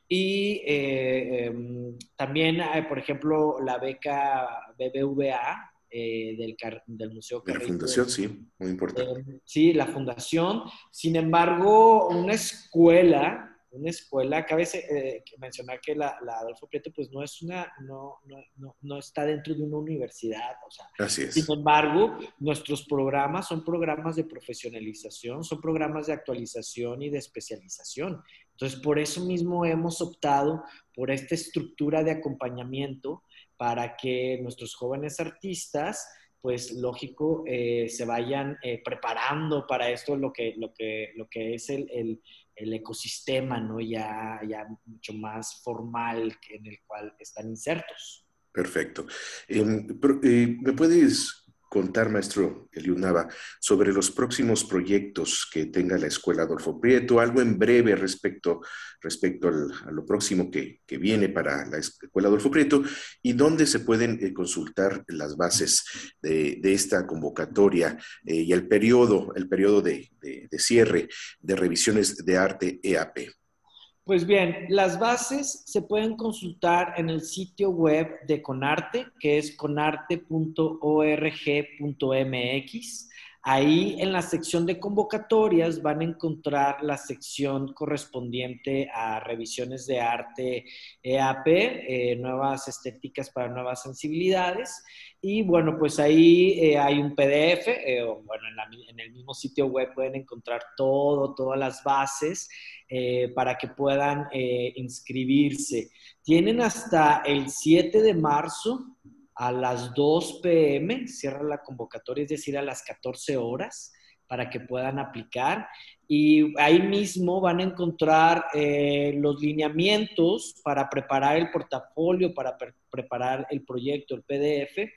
Y eh, eh, también, eh, por ejemplo, la beca B B V A, Eh, del, del Museo de la Carrillo. fundación, sí, muy importante. Eh, sí, la fundación. Sin embargo, una escuela, una escuela, cabe eh, mencionar que la, la Adolfo Prieto pues no es una, no, no, no, no está dentro de una universidad, o sea, así es. Sin embargo, nuestros programas son programas de profesionalización, son programas de actualización y de especialización. Entonces, por eso mismo hemos optado por esta estructura de acompañamiento para que nuestros jóvenes artistas, pues lógico, eh, se vayan eh, preparando para esto, lo que, lo que, lo que es el, el, el ecosistema, ¿no? Ya, ya mucho más formal en el cual están insertos. Perfecto. Eh, eh, ¿Me puedes contar, maestro Eliud Nava, sobre los próximos proyectos que tenga la Escuela Adolfo Prieto? Algo en breve respecto, respecto al, a lo próximo que, que viene para la Escuela Adolfo Prieto y dónde se pueden eh, consultar las bases de, de esta convocatoria eh, y el periodo, el periodo de, de, de cierre de revisiones de arte E A P. Pues bien, las bases se pueden consultar en el sitio web de CONARTE, que es conarte punto org punto mx. Ahí en la sección de convocatorias van a encontrar la sección correspondiente a revisiones de arte E A P, eh, nuevas estéticas para nuevas sensibilidades. Y bueno, pues ahí eh, hay un P D F, eh, bueno, en, la, en el mismo sitio web pueden encontrar todo, todas las bases eh, para que puedan eh, inscribirse. Tienen hasta el siete de marzo a las dos pe eme, cierra la convocatoria, es decir, a las catorce horas, para que puedan aplicar. Y ahí mismo van a encontrar eh, los lineamientos para preparar el portafolio, para pre preparar el proyecto, el P D F,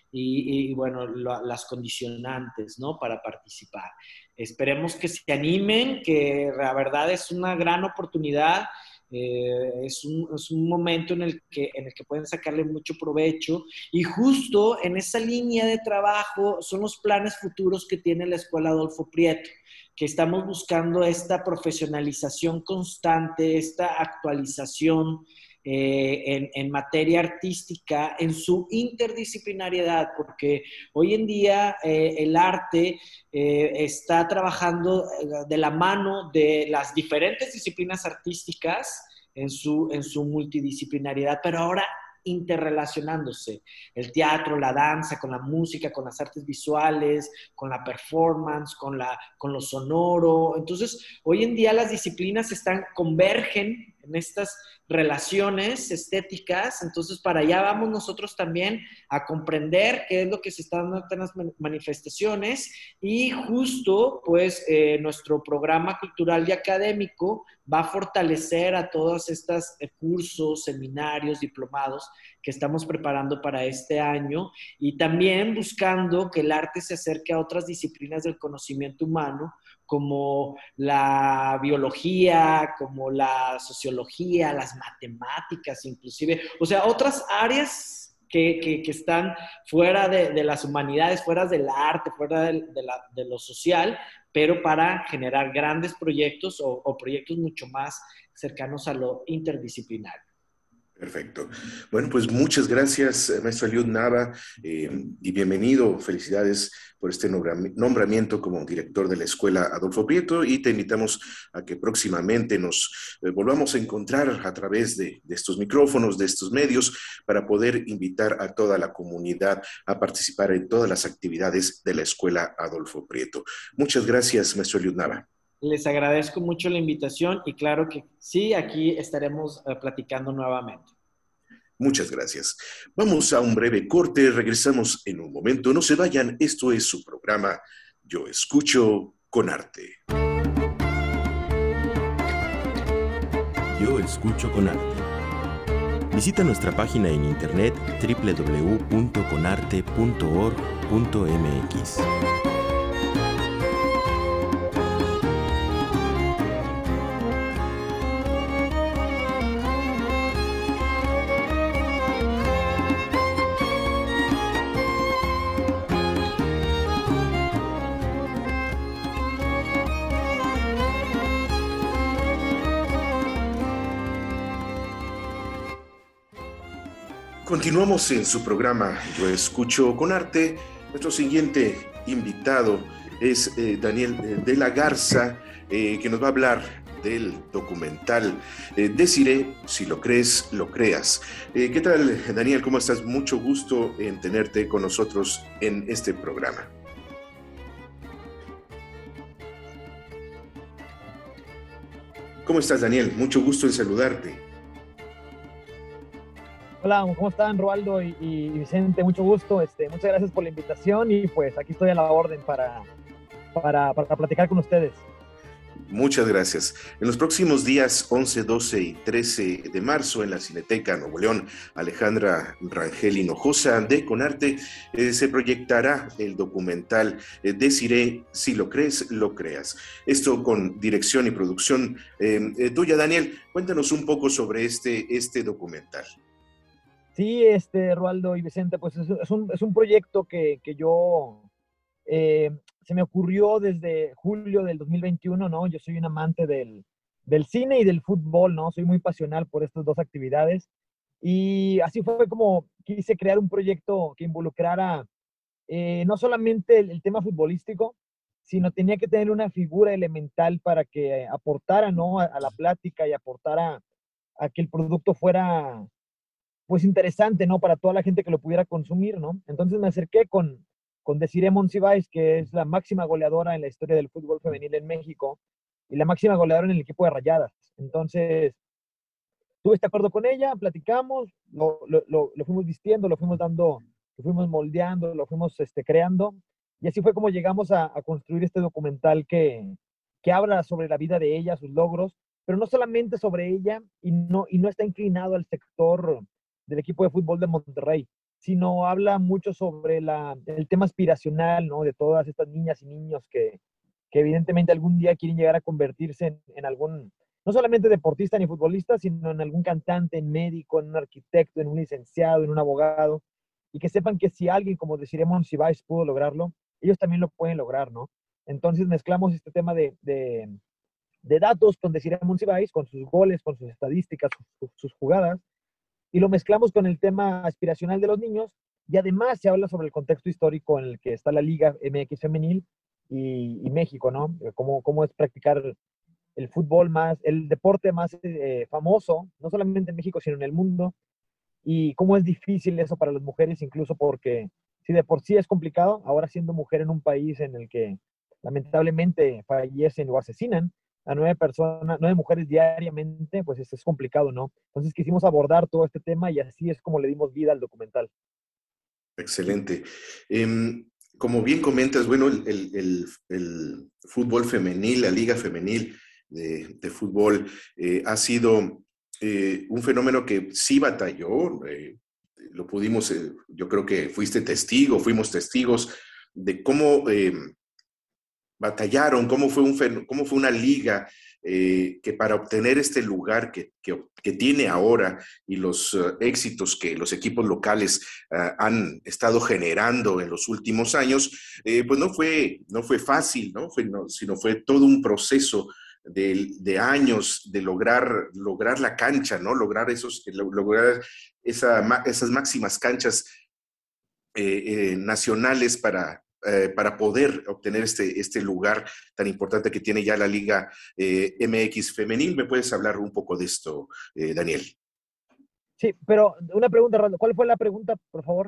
y, y bueno, lo, las condicionantes, ¿no? Para participar. Esperemos que se animen, que la verdad es una gran oportunidad. Eh, es, un, es un momento en el, que, en el que pueden sacarle mucho provecho, y justo en esa línea de trabajo son los planes futuros que tiene la Escuela Adolfo Prieto, que estamos buscando esta profesionalización constante, esta actualización eh, en, en materia artística, en su interdisciplinariedad, porque hoy en día eh, el arte eh, está trabajando de la mano de las diferentes disciplinas artísticas en su, en su multidisciplinariedad, pero ahora interrelacionándose. El teatro, la danza, con la música, con las artes visuales, con la performance, con, la, con lo sonoro. Entonces, hoy en día las disciplinas están, convergen en estas relaciones estéticas. Entonces, para allá vamos nosotros también a comprender qué es lo que se está dando en las manifestaciones, y justo, pues, eh, nuestro programa cultural y académico va a fortalecer a todos estos eh, cursos, seminarios, diplomados que estamos preparando para este año y también buscando que el arte se acerque a otras disciplinas del conocimiento humano, como la biología, como la sociología, las matemáticas inclusive, o sea, otras áreas que, que, que están fuera de, de las humanidades, fuera del arte, fuera de, de, la, de lo social, pero para generar grandes proyectos o, o proyectos mucho más cercanos a lo interdisciplinario. Perfecto. Bueno, pues muchas gracias, maestro Eliud Nava, eh, y bienvenido. Felicidades por este nombramiento como director de la Escuela Adolfo Prieto, y te invitamos a que próximamente nos eh, volvamos a encontrar a través de, de estos micrófonos, de estos medios, para poder invitar a toda la comunidad a participar en todas las actividades de la Escuela Adolfo Prieto. Muchas gracias, maestro Eliud Nava. Les agradezco mucho la invitación y claro que sí, aquí estaremos uh, platicando nuevamente. Muchas gracias. Vamos a un breve corte, regresamos en un momento. No se vayan, esto es su programa Yo Escucho con Arte. Yo Escucho con Arte. Visita nuestra página en internet doble u doble u doble u punto conarte punto org punto m x. Continuamos en su programa Yo Escucho con Arte. Nuestro siguiente invitado es eh, Daniel de la Garza, eh, que nos va a hablar del documental eh, Deciré, si lo crees, lo creas. Eh, ¿Qué tal, Daniel? ¿Cómo estás? Mucho gusto en tenerte con nosotros en este programa. ¿Cómo estás, Daniel? Mucho gusto en saludarte. Hola, ¿cómo están, Roaldo y, y Vicente? Mucho gusto. Este, muchas gracias por la invitación y pues aquí estoy a la orden para, para, para platicar con ustedes. Muchas gracias. En los próximos días once, doce y trece de marzo en la Cineteca Nuevo León, Alejandra Rangel Hinojosa de Conarte, eh, se proyectará el documental eh, Deciré, si lo crees, lo creas. Esto con dirección y producción eh, eh, tuya, Daniel. Cuéntanos un poco sobre este, este documental. Sí, este, Roaldo y Vicente, pues es, es, un, es un proyecto que, que yo, eh, se me ocurrió desde julio del dos mil veintiuno, ¿no? Yo soy un amante del, del cine y del fútbol, ¿no? Soy muy pasional por estas dos actividades y así fue como quise crear un proyecto que involucrara eh, no solamente el, el tema futbolístico, sino tenía que tener una figura elemental para que aportara, ¿no? A, a la plática y aportara a que el producto fuera pues interesante, ¿no? Para toda la gente que lo pudiera consumir, ¿no? Entonces me acerqué con, con Desiree Monsiváis, que es la máxima goleadora en la historia del fútbol femenil en México y la máxima goleadora en el equipo de Rayadas. Entonces, tuve este acuerdo con ella, platicamos, lo, lo, lo, lo fuimos vistiendo, lo fuimos dando, lo fuimos moldeando, lo fuimos este, creando, y así fue como llegamos a, a construir este documental que, que habla sobre la vida de ella, sus logros, pero no solamente sobre ella, y no, y no está inclinado al sector del equipo de fútbol de Monterrey, sino habla mucho sobre la, el tema aspiracional, ¿no? De todas estas niñas y niños que, que evidentemente algún día quieren llegar a convertirse en, en algún, no solamente deportista ni futbolista, sino en algún cantante, en médico, en un arquitecto, en un licenciado, en un abogado, y que sepan que si alguien, como Desiree Monsiváis, pudo lograrlo, ellos también lo pueden lograr, ¿no? Entonces mezclamos este tema de, de, de datos con Desiree Monsiváis, con sus goles, con sus estadísticas, sus, sus jugadas, y lo mezclamos con el tema aspiracional de los niños, y además se habla sobre el contexto histórico en el que está la Liga M X Femenil y, y México, ¿no? Cómo, cómo es practicar el fútbol más, el deporte más eh, famoso, no solamente en México, sino en el mundo, y cómo es difícil eso para las mujeres, incluso porque si de por sí es complicado, ahora siendo mujer en un país en el que lamentablemente fallecen o asesinan a nueve personas, nueve mujeres diariamente, pues es, es complicado, ¿no? Entonces quisimos abordar todo este tema y así es como le dimos vida al documental. Excelente. Eh, como bien comentas, bueno, el, el, el, el fútbol femenil, la liga femenil de, de fútbol eh, ha sido eh, un fenómeno que sí batalló, eh, lo pudimos, eh, yo creo que fuiste testigo, fuimos testigos de cómo eh, batallaron, cómo fue, un, cómo fue una liga eh, que para obtener este lugar que, que, que tiene ahora y los uh, éxitos que los equipos locales uh, han estado generando en los últimos años, eh, pues no fue, no fue fácil, ¿no? Fue, no, sino fue todo un proceso de, de años de lograr, lograr la cancha, ¿no? Lograr, esos, lograr esa, esas máximas canchas eh, eh, nacionales para, eh, para poder obtener este, este lugar tan importante que tiene ya la Liga eh, M X Femenil. ¿Me puedes hablar un poco de esto, eh, Daniel? Sí, pero una pregunta, Rolando. ¿Cuál fue la pregunta, por favor?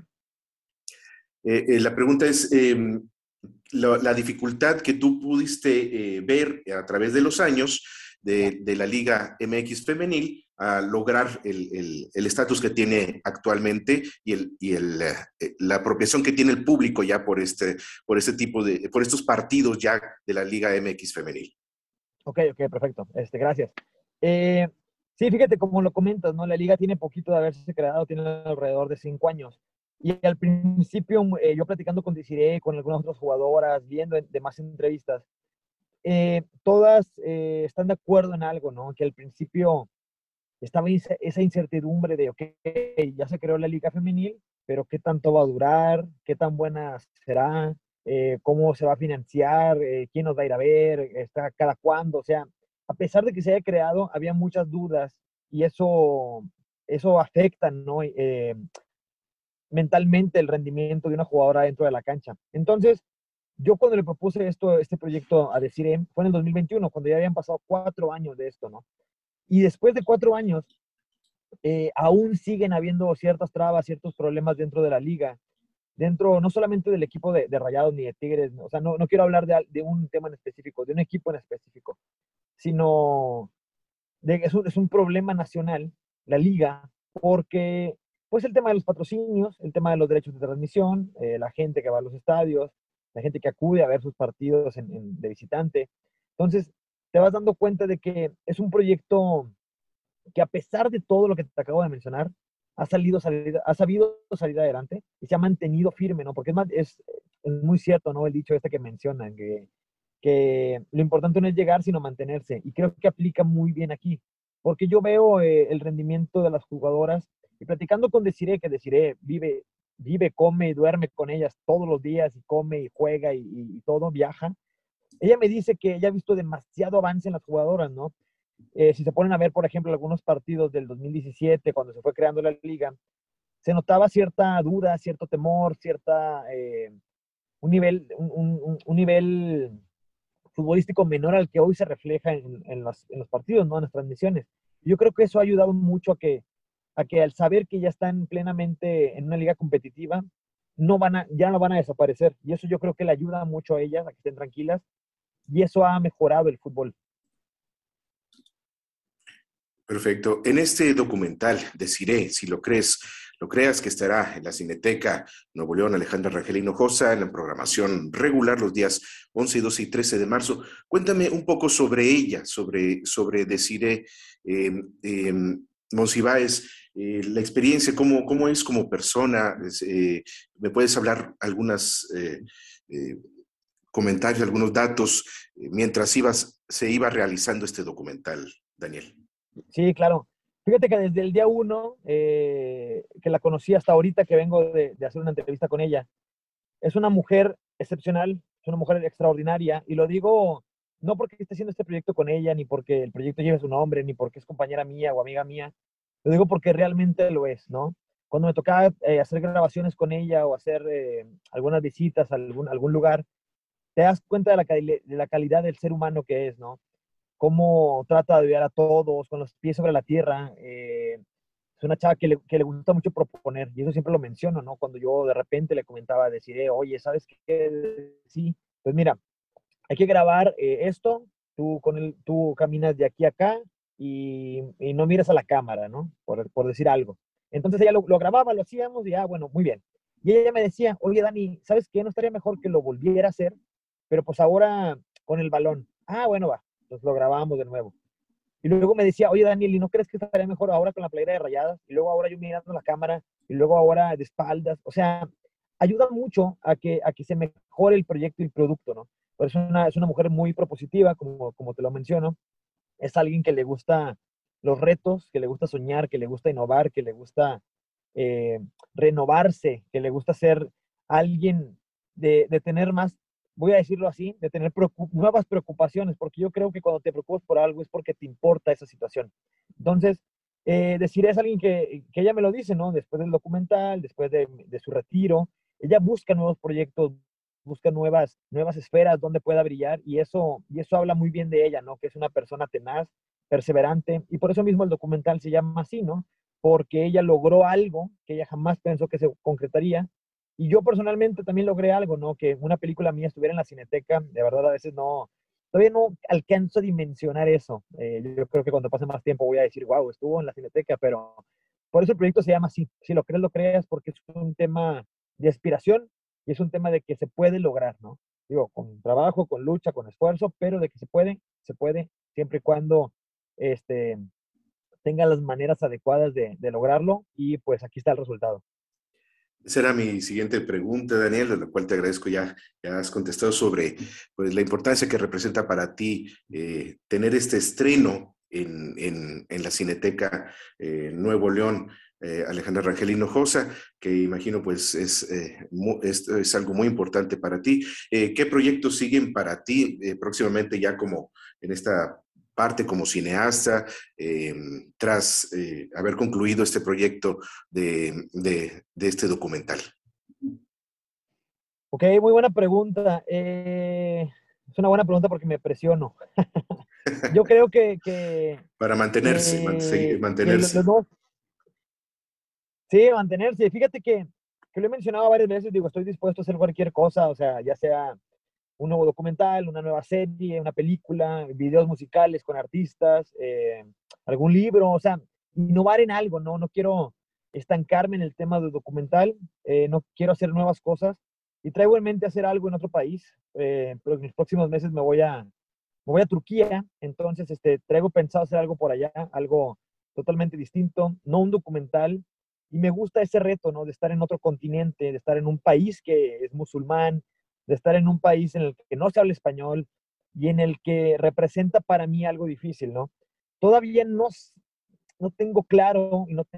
Eh, eh, la pregunta es eh, la, la dificultad que tú pudiste eh, ver a través de los años de, de la Liga M X Femenil a lograr el estatus que tiene actualmente y, el, y el, eh, la apropiación que tiene el público ya por este, por este tipo de, por estos partidos ya de la Liga M X Femenil. Ok, ok, perfecto. Este, gracias. Eh, sí, fíjate, como lo comentas, ¿no? La liga tiene poquito de haberse creado, tiene alrededor de cinco años. Y al principio, eh, yo platicando con Desiree, con algunas otras jugadoras, viendo demás entrevistas, eh, todas eh, están de acuerdo en algo, ¿no? Que al principio estaba esa incertidumbre de, ok, ya se creó la liga femenil, pero ¿qué tanto va a durar? ¿Qué tan buena será? Eh, ¿Cómo se va a financiar? Eh, ¿Quién nos va a ir a ver? ¿Está cada cuándo? O sea, a pesar de que se haya creado, había muchas dudas y eso, eso afecta, ¿no? Eh, mentalmente el rendimiento de una jugadora dentro de la cancha. Entonces, yo cuando le propuse esto, este proyecto a Desiree, fue en el dos mil veintiuno, cuando ya habían pasado cuatro años de esto, ¿no? Y después de cuatro años, eh, aún siguen habiendo ciertas trabas, ciertos problemas dentro de la liga, dentro no solamente del equipo de, de Rayados ni de Tigres, o sea, no, no quiero hablar de, de un tema en específico, de un equipo en específico, sino de, es, un, es un problema nacional, la liga, porque pues el tema de los patrocinios, el tema de los derechos de transmisión, eh, la gente que va a los estadios, la gente que acude a ver sus partidos en, en, de visitante. Entonces, te vas dando cuenta de que es un proyecto que a pesar de todo lo que te acabo de mencionar, ha, salido, salir, ha sabido salir adelante y se ha mantenido firme, ¿no? Porque es, más, es, es muy cierto, ¿no? El dicho este que mencionan, que, que lo importante no es llegar, sino mantenerse. Y creo que aplica muy bien aquí, porque yo veo eh, el rendimiento de las jugadoras y platicando con Desiree, que Desiree vive, vive, come y duerme con ellas todos los días y come y juega y, y, y todo, viaja. Ella me dice que ella ha visto demasiado avance en las jugadoras, ¿no? Eh, si se ponen a ver, por ejemplo, algunos partidos del dos mil diecisiete, cuando se fue creando la liga, se notaba cierta duda, cierto temor, cierta, eh, un, nivel, un, un, un nivel futbolístico menor al que hoy se refleja en, en, los, en los partidos, ¿no? En las transmisiones. Yo creo que eso ha ayudado mucho a que, a que al saber que ya están plenamente en una liga competitiva, no van a, ya no van a desaparecer. Y eso yo creo que le ayuda mucho a ellas a que estén tranquilas. Y eso ha mejorado el fútbol. Perfecto. En este documental, Desiree, si lo crees, lo creas, que estará en la Cineteca Nuevo León Alejandra Rangel Hinojosa, en la programación regular los días once, doce y trece de marzo. Cuéntame un poco sobre ella, sobre, sobre Desiree eh, eh, Monsiváis, eh, la experiencia, cómo, cómo es como persona. Eh, ¿Me puedes hablar algunas eh, eh, comentarios, algunos datos eh, mientras ibas, se iba realizando este documental, Daniel? Sí, claro. Fíjate que desde el día uno eh, que la conocí hasta ahorita que vengo de, de hacer una entrevista con ella, es una mujer excepcional, es una mujer extraordinaria, y lo digo no porque esté haciendo este proyecto con ella, ni porque el proyecto lleve su nombre, ni porque es compañera mía o amiga mía, lo digo porque realmente lo es, ¿no? Cuando me tocaba eh, hacer grabaciones con ella o hacer eh, algunas visitas a algún, algún lugar, te das cuenta de la, de la calidad del ser humano que es, ¿no? Cómo trata de ayudar a todos, con los pies sobre la tierra. Eh, es una chava que le, que le gusta mucho proponer, y eso siempre lo menciono, ¿no? Cuando yo de repente le comentaba, deciré, oye, ¿sabes qué? Sí, pues mira, hay que grabar eh, esto, tú, con el, tú caminas de aquí a acá y, y no miras a la cámara, ¿no? Por, por decir algo. Entonces ella lo, lo grababa, lo hacíamos y ya, ah, bueno, muy bien. Y ella me decía, oye, Dani, ¿sabes qué? ¿No estaría mejor que lo volviera a hacer? Pero pues ahora con el balón. Ah, bueno, va. Entonces lo grabamos de nuevo. Y luego me decía, oye, Daniel, ¿y no crees que estaría mejor ahora con la playera de Rayadas? Y luego ahora yo mirando la cámara, y luego ahora de espaldas. O sea, ayuda mucho a que, a que se mejore el proyecto y el producto, ¿no? Pero es una, es una mujer muy propositiva, como, como te lo menciono. Es alguien que le gusta los retos, que le gusta soñar, que le gusta innovar, que le gusta eh, renovarse, que le gusta ser alguien de, de tener más, voy a decirlo así, de tener preocup nuevas preocupaciones, porque yo creo que cuando te preocupas por algo es porque te importa esa situación. Entonces, eh, decir es alguien que, que ella me lo dice, ¿no? Después del documental, después de, de su retiro, ella busca nuevos proyectos, busca nuevas, nuevas esferas donde pueda brillar y eso, y eso habla muy bien de ella, ¿no? Que es una persona tenaz, perseverante y por eso mismo el documental se llama así, ¿no? Porque ella logró algo que ella jamás pensó que se concretaría y yo personalmente también logré algo, ¿no? Que una película mía estuviera en la Cineteca, de verdad a veces no, todavía no alcanzo a dimensionar eso. Eh, yo creo que cuando pase más tiempo voy a decir, wow, estuvo en la Cineteca, pero por eso el proyecto se llama así. Si lo crees, lo creas, porque es un tema de aspiración y es un tema de que se puede lograr, ¿no? Digo, con trabajo, con lucha, con esfuerzo, pero de que se puede, se puede, siempre y cuando este, tenga las maneras adecuadas de, de lograrlo y pues aquí está el resultado. Esa era mi siguiente pregunta, Daniel, de la cual te agradezco ya, ya has contestado sobre pues, la importancia que representa para ti eh, tener este estreno en, en, en la Cineteca eh, Nuevo León, eh, Alejandra Rangel Hinojosa, que imagino pues es, eh, mu, es, es algo muy importante para ti. Eh, ¿Qué proyectos siguen para ti eh, próximamente ya como en esta parte como cineasta, eh, tras eh, haber concluido este proyecto de, de, de este documental? Ok, muy buena pregunta. Eh, es una buena pregunta porque me presiono. Yo creo que... que Para mantenerse, que, mantenerse. que los, sí, mantenerse. Fíjate que, que lo he mencionado varias veces, digo, estoy dispuesto a hacer cualquier cosa, o sea, ya sea un nuevo documental, una nueva serie, una película, videos musicales con artistas, eh, algún libro, o sea, innovar en algo, ¿no? No quiero estancarme en el tema del documental, eh, no quiero hacer nuevas cosas y traigo en mente hacer algo en otro país, eh, pero en los próximos meses me voy a, me voy a Turquía, entonces este, traigo pensado hacer algo por allá, algo totalmente distinto, no un documental, y me gusta ese reto, ¿no? De estar en otro continente, de estar en un país que es musulmán, de estar en un país en el que no se habla español y en el que representa para mí algo difícil, ¿no? Todavía no, no tengo claro y no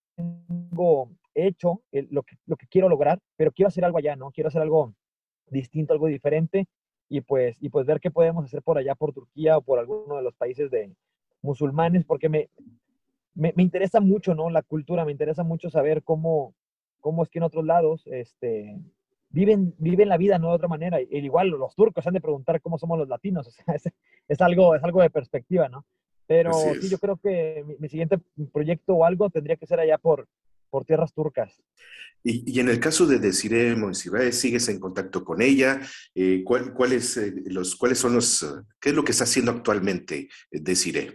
tengo hecho el, lo, que, lo que quiero lograr, pero quiero hacer algo allá, ¿no? Quiero hacer algo distinto, algo diferente y pues, y pues ver qué podemos hacer por allá, por Turquía o por alguno de los países de musulmanes, porque me, me, me interesa mucho, ¿no? La cultura, me interesa mucho saber cómo, cómo es que en otros lados, este, viven, viven la vida, ¿no? De otra manera. Y, igual los turcos han de preguntar cómo somos los latinos, o sea, es, es, algo, es algo de perspectiva, ¿no? Pero sí, yo creo que mi, mi siguiente proyecto o algo tendría que ser allá por, por tierras turcas. Y, y en el caso de Desiree Monsiváis, ¿sigues en contacto con ella? Eh, ¿cuál, cuáles, eh, los, ¿Cuáles son los, uh, qué es lo que está haciendo actualmente Desiree?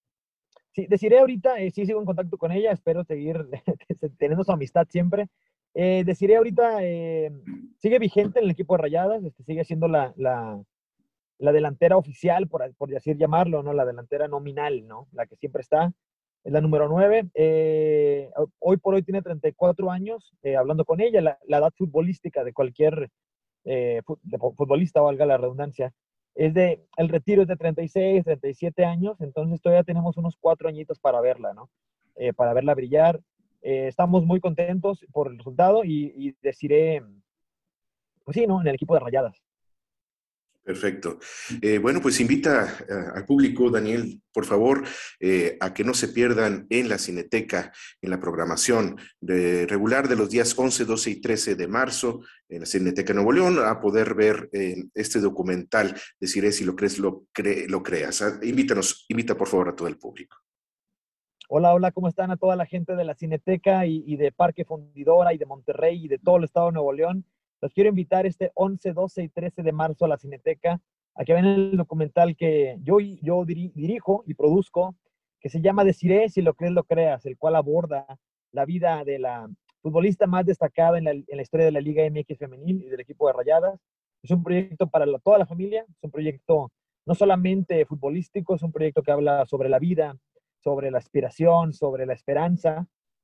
Sí, Desiree ahorita, eh, sí sigo en contacto con ella, espero seguir teniendo su amistad siempre. Eh, Desiree ahorita eh, sigue vigente en el equipo de Rayadas, este, sigue siendo la, la, la delantera oficial, por, por así llamarlo, ¿no? La delantera nominal, ¿no? La que siempre está, es la número nueve. Eh, hoy por hoy tiene treinta y cuatro años, eh, hablando con ella, la, la edad futbolística de cualquier eh, futbolista, valga la redundancia, es de, el retiro es de treinta y seis, treinta y siete años, entonces todavía tenemos unos cuatro añitos para verla, ¿no? Eh, para verla brillar. Eh, estamos muy contentos por el resultado y, y deciré, pues sí, ¿no? En el equipo de Rayadas. Perfecto. Eh, bueno, pues invita uh, al público, Daniel, por favor, eh, a que no se pierdan en la Cineteca, en la programación de, regular de los días once, doce y trece de marzo, en la Cineteca Nuevo León, a poder ver eh, este documental, Deciré si lo crees, lo, cre lo creas. Ah, invítanos, invita por favor a todo el público. Hola, hola, ¿cómo están a toda la gente de la Cineteca y, y de Parque Fundidora y de Monterrey y de todo el estado de Nuevo León? Los quiero invitar este once, doce y trece de marzo a la Cineteca a que vean el documental que yo, yo diri, dirijo y produzco, que se llama Deciré si lo crees, lo creas, el cual aborda la vida de la futbolista más destacada en la, en la historia de la Liga M X femenil y del equipo de Rayadas. Es un proyecto para la, toda la familia, es un proyecto no solamente futbolístico, es un proyecto que habla sobre la vida, sobre la aspiración, sobre la esperanza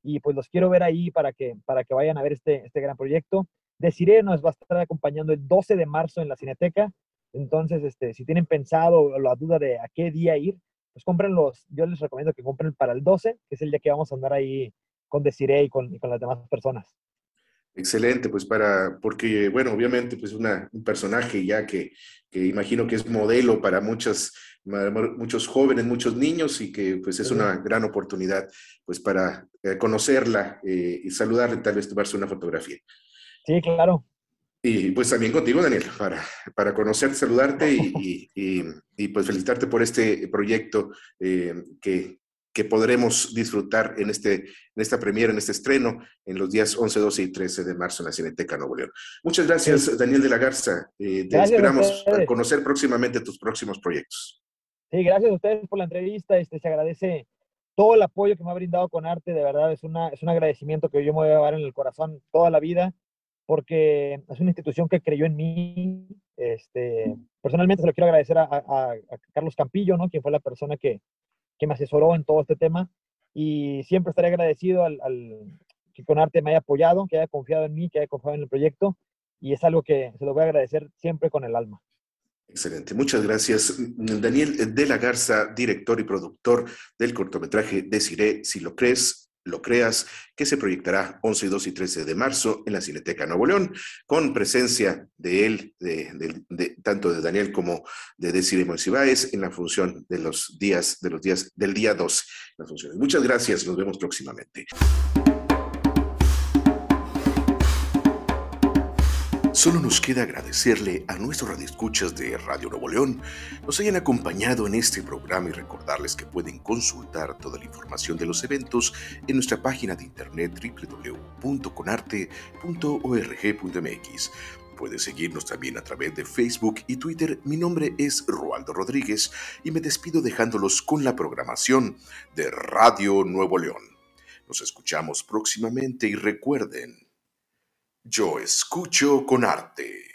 y pues los quiero ver ahí para que, para que vayan a ver este, este gran proyecto. Desiree nos va a estar acompañando el doce de marzo en la Cineteca, entonces este, si tienen pensado o la duda de a qué día ir, pues cómprenlos, yo les recomiendo que compren para el doce, que es el día que vamos a andar ahí con Desiree y con, y con las demás personas. Excelente, pues para, porque, bueno, obviamente, pues una, un personaje ya que, que imagino que es modelo para muchas, muchos jóvenes, muchos niños, y que pues es una gran oportunidad pues para eh, conocerla eh, y saludarle, tal vez tomarse una fotografía. Sí, claro. Y pues también contigo, Daniel, para, para conocerte, saludarte y, y, y, y pues felicitarte por este proyecto eh, que, que podremos disfrutar en, este, en esta premiera, en este estreno, en los días once, doce y trece de marzo en la Cineteca Nuevo León. Muchas gracias, sí. Daniel de la Garza. Eh, te gracias esperamos a conocer próximamente tus próximos proyectos. Sí, gracias a ustedes por la entrevista. Este, se agradece todo el apoyo que me ha brindado con arte. De verdad, es, una, es un agradecimiento que yo me voy a llevar en el corazón toda la vida, porque es una institución que creyó en mí. Este, personalmente se lo quiero agradecer a, a, a Carlos Campillo, ¿no? Quien fue la persona que, que me asesoró en todo este tema, y siempre estaré agradecido al, al que con arte me haya apoyado, que haya confiado en mí, que haya confiado en el proyecto, y es algo que se lo voy a agradecer siempre con el alma. Excelente, muchas gracias. Daniel de la Garza, director y productor del cortometraje Desiree, Si lo crees, lo creas, que se proyectará once, doce y trece de marzo en la Cineteca Nuevo León, con presencia de él, de, de, de, tanto de Daniel como de Desiree Monsiváis, en la función de los días, de los días del día doce. Las funciones. Muchas gracias, nos vemos próximamente. Solo nos queda agradecerle a nuestros radioescuchas de Radio Nuevo León nos hayan acompañado en este programa y recordarles que pueden consultar toda la información de los eventos en nuestra página de internet doble u doble u doble u punto conarte punto org punto m x. Puedes seguirnos también a través de Facebook y Twitter. Mi nombre es Roaldo Rodríguez y me despido dejándolos con la programación de Radio Nuevo León. Nos escuchamos próximamente y recuerden, yo escucho con arte.